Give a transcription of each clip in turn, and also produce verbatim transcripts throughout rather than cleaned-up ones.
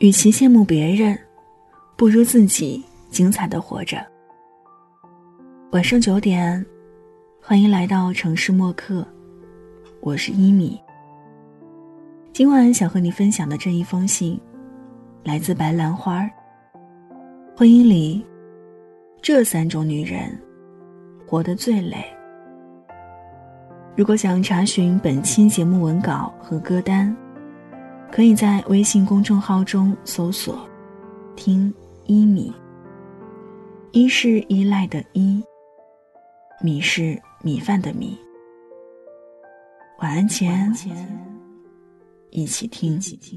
与其羡慕别人，不如自己精彩的活着。晚上九点，欢迎来到城市默客，我是一米。今晚想和你分享的这一封信，来自白兰花。婚姻里，这三种女人，活得最累。如果想查询本期节目文稿和歌单，可以在微信公众号中搜索听一米。一是依赖的依，米是米饭的米。晚安前一起听。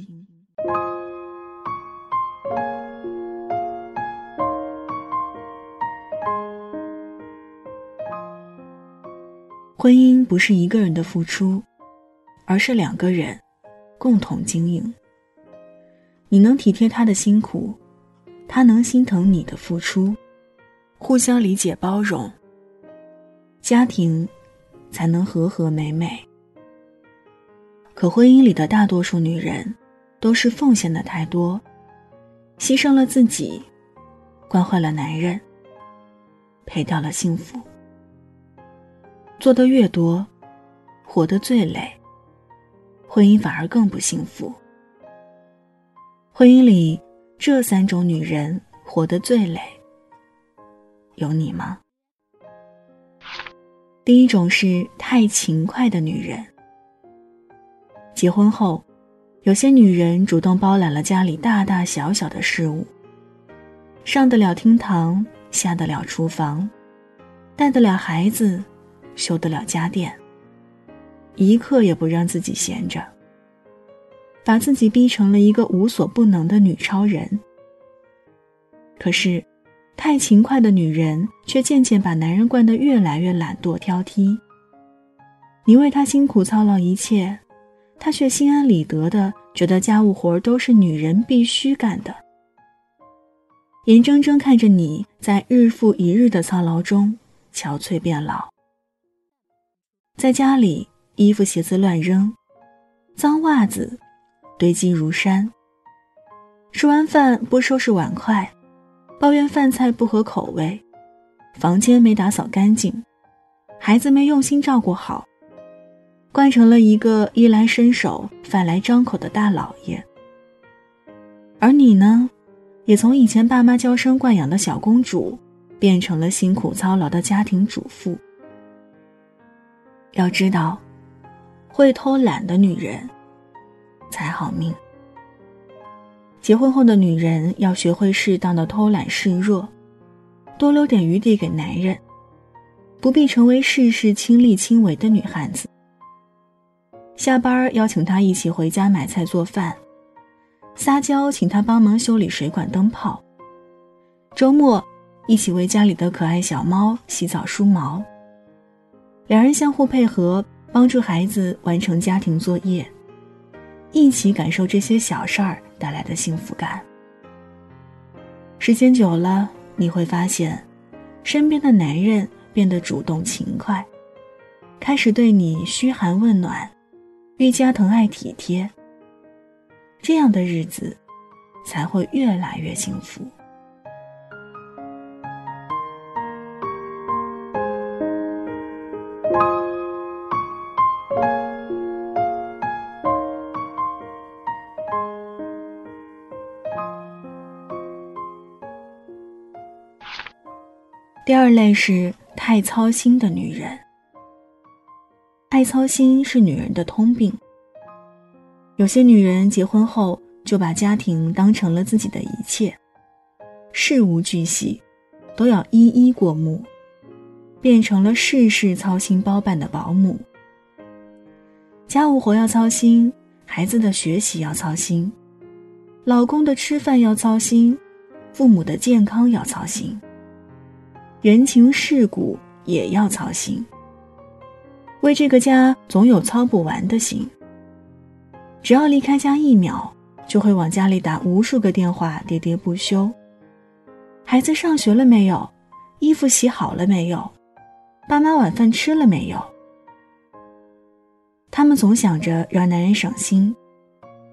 婚姻不是一个人的付出，而是两个人共同经营。你能体贴他的辛苦，他能心疼你的付出，互相理解包容，家庭才能和和美美。可婚姻里的大多数女人都是奉献的太多，牺牲了自己，惯坏了男人，赔掉了幸福。做得越多，活得最累，婚姻反而更不幸福。婚姻里这三种女人活得最累，有你吗？第一种是太勤快的女人。结婚后，有些女人主动包揽了家里大大小小的事务，上得了厅堂，下得了厨房，带得了孩子，修得了家电，一刻也不让自己闲着，把自己逼成了一个无所不能的女超人。可是太勤快的女人却渐渐把男人惯得越来越懒惰挑剔。你为他辛苦操劳一切，他却心安理得地觉得家务活都是女人必须干的，眼睁睁看着你在日复一日的操劳中憔悴变老。在家里，衣服鞋子乱扔，脏袜子堆积如山，吃完饭不收拾碗筷，抱怨饭菜不合口味，房间没打扫干净，孩子没用心照顾好，惯成了一个衣来伸手饭来张口的大老爷。而你呢，也从以前爸妈娇生惯养的小公主变成了辛苦操劳的家庭主妇。要知道，会偷懒的女人才好命。结婚后的女人要学会适当的偷懒示弱，多留点余地给男人，不必成为事事亲力亲为的女汉子。下班邀请他一起回家买菜做饭，撒娇请他帮忙修理水管灯泡，周末一起为家里的可爱小猫洗澡梳毛，两人相互配合，帮助孩子完成家庭作业，一起感受这些小事儿带来的幸福感。时间久了，你会发现身边的男人变得主动勤快，开始对你嘘寒问暖，愈加疼爱体贴，这样的日子才会越来越幸福。第二类是太操心的女人。爱操心是女人的通病。有些女人结婚后就把家庭当成了自己的一切，事无巨细都要一一过目，变成了事事操心包办的保姆。家务活要操心，孩子的学习要操心，老公的吃饭要操心，父母的健康要操心，人情世故也要操心。为这个家总有操不完的心，只要离开家一秒，就会往家里打无数个电话，喋喋不休。孩子上学了没有？衣服洗好了没有？爸妈晚饭吃了没有？他们总想着让男人省心，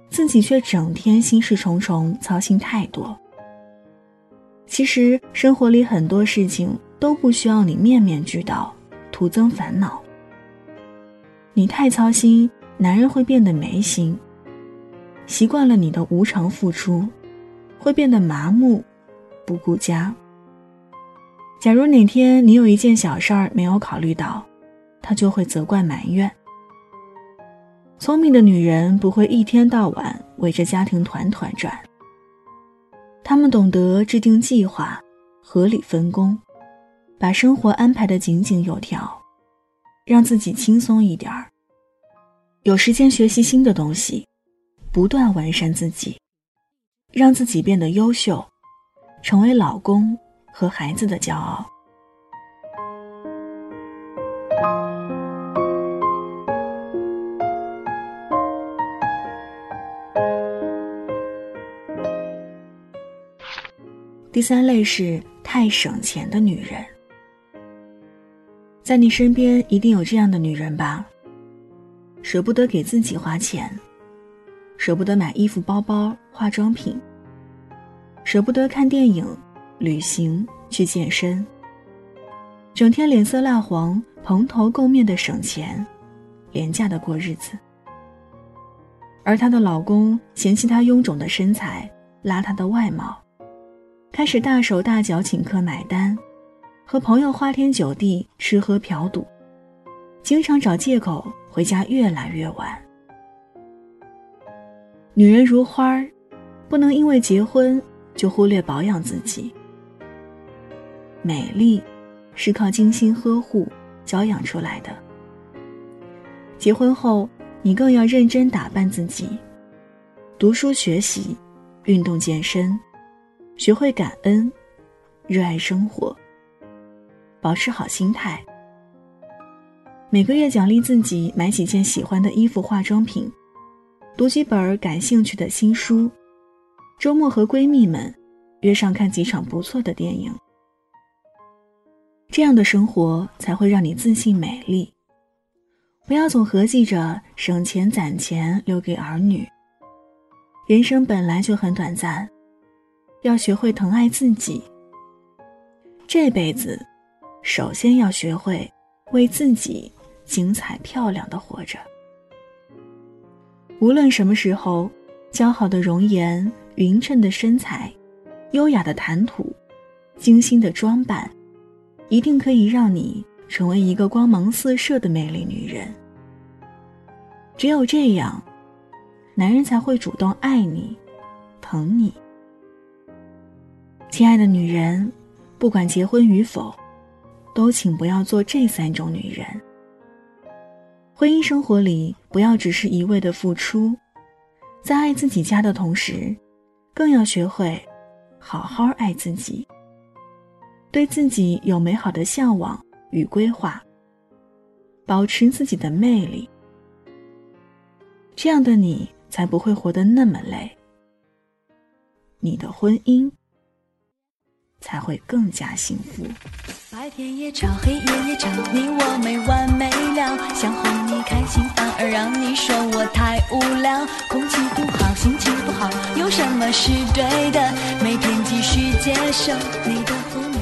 自己却整天心事重重，操心太多。其实生活里很多事情都不需要你面面俱到，徒增烦恼。你太操心，男人会变得没心，习惯了你的无偿付出，会变得麻木不顾家。假如哪天你有一件小事儿没有考虑到，他就会责怪埋怨。聪明的女人不会一天到晚围着家庭团团转，她们懂得制定计划，合理分工，把生活安排得井井有条，让自己轻松一点儿，有时间学习新的东西，不断完善自己，让自己变得优秀，成为老公和孩子的骄傲。第三类是太省钱的女人。在你身边一定有这样的女人吧，舍不得给自己花钱，舍不得买衣服包包化妆品，舍不得看电影旅行去健身，整天脸色蜡黄蓬头垢面的省钱，廉价的过日子。而她的老公嫌弃她臃肿的身材，邋遢的外貌，开始大手大脚请客买单，和朋友花天酒地吃喝嫖赌，经常找借口回家越来越晚。女人如花，不能因为结婚就忽略保养自己。美丽是靠精心呵护教养出来的，结婚后你更要认真打扮自己，读书学习，运动健身，学会感恩，热爱生活，保持好心态。每个月奖励自己买几件喜欢的衣服化妆品，读几本感兴趣的新书，周末和闺蜜们约上看几场不错的电影。这样的生活才会让你自信美丽。不要总合计着省钱攒钱留给儿女，人生本来就很短暂，要学会疼爱自己。这辈子首先要学会为自己精彩漂亮地活着。无论什么时候，姣好的容颜，匀称的身材，优雅的谈吐，精心的装扮，一定可以让你成为一个光芒四射的美丽女人。只有这样，男人才会主动爱你，疼你。亲爱的女人，不管结婚与否，都请不要做这三种女人。婚姻生活里，不要只是一味的付出，在爱自己家的同时，更要学会好好爱自己，对自己有美好的向往与规划，保持自己的魅力。这样的你才不会活得那么累，你的婚姻才会更加幸福。 白天也吵，黑夜也吵，你我没完没了，想哄你开心，反而让你说我太无聊。空气不好，心情不好，有什么是对的？每天继续接受你的苦恼。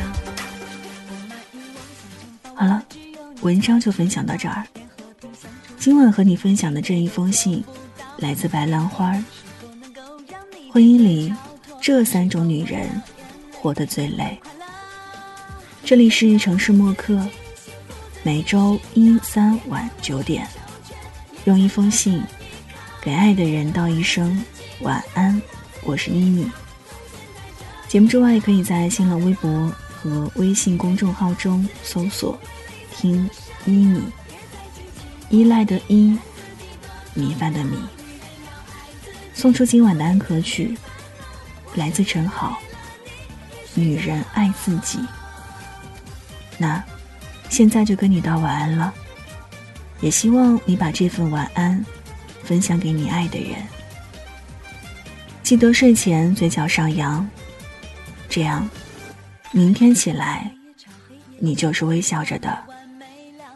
好了，文章就分享到这儿。今晚和你分享的这一封信来自白兰花。婚姻里这三种女人活得最累。这里是城市默客，每周一三晚九点，用一封信给爱的人道一声晚安。我是妮妮。节目之外，可以在新浪微博和微信公众号中搜索听妮妮，依赖的依，米饭的米。送出今晚的安可曲，来自陈好，女人爱自己。那现在就跟你道晚安了，也希望你把这份晚安分享给你爱的人。记得睡前嘴角上扬，这样明天起来你就是微笑着的。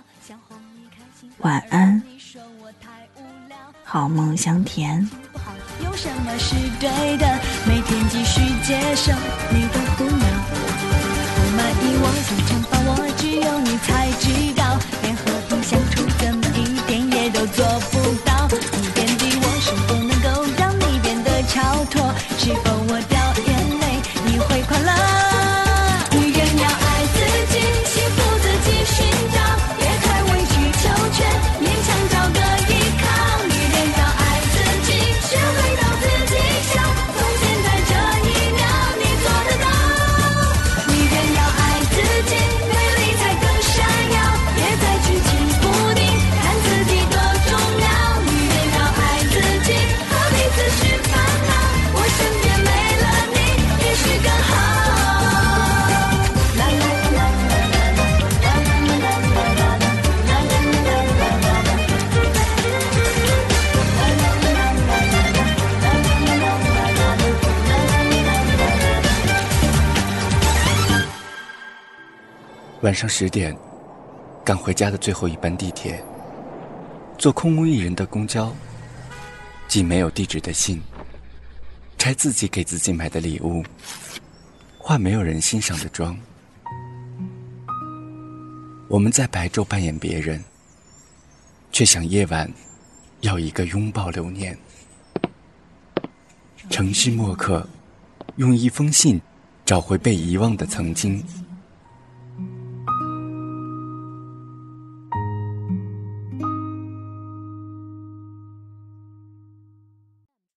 晚安，好梦香甜。 有什么是对的？每天继续接受你的胡闹，不满意我想惩罚我，只有你才知道，连和平相处怎么一点也都做不到。你贬低我是不能够让你变得超脱，是否我掉眼泪你会快乐？女人要爱自己，幸福自己寻找，别太委曲求全，勉强找个依靠。女人要爱自己，学会逗自己笑，从现在这一秒你做得到。女人要爱自己，美丽才更闪耀，别再举棋不定，看自己多重要。女人要爱自己，何必自寻烦恼，我身边没了你也许更好。啦啦啦啦啦啦啦啦啦啦晚上十点，赶回家的最后一班地铁，坐空无一人的公交，寄没有地址的信，拆自己给自己买的礼物，化没有人欣赏的妆。我们在白昼扮演别人，却想夜晚要一个拥抱留念。城市墨客用一封信找回被遗忘的曾经，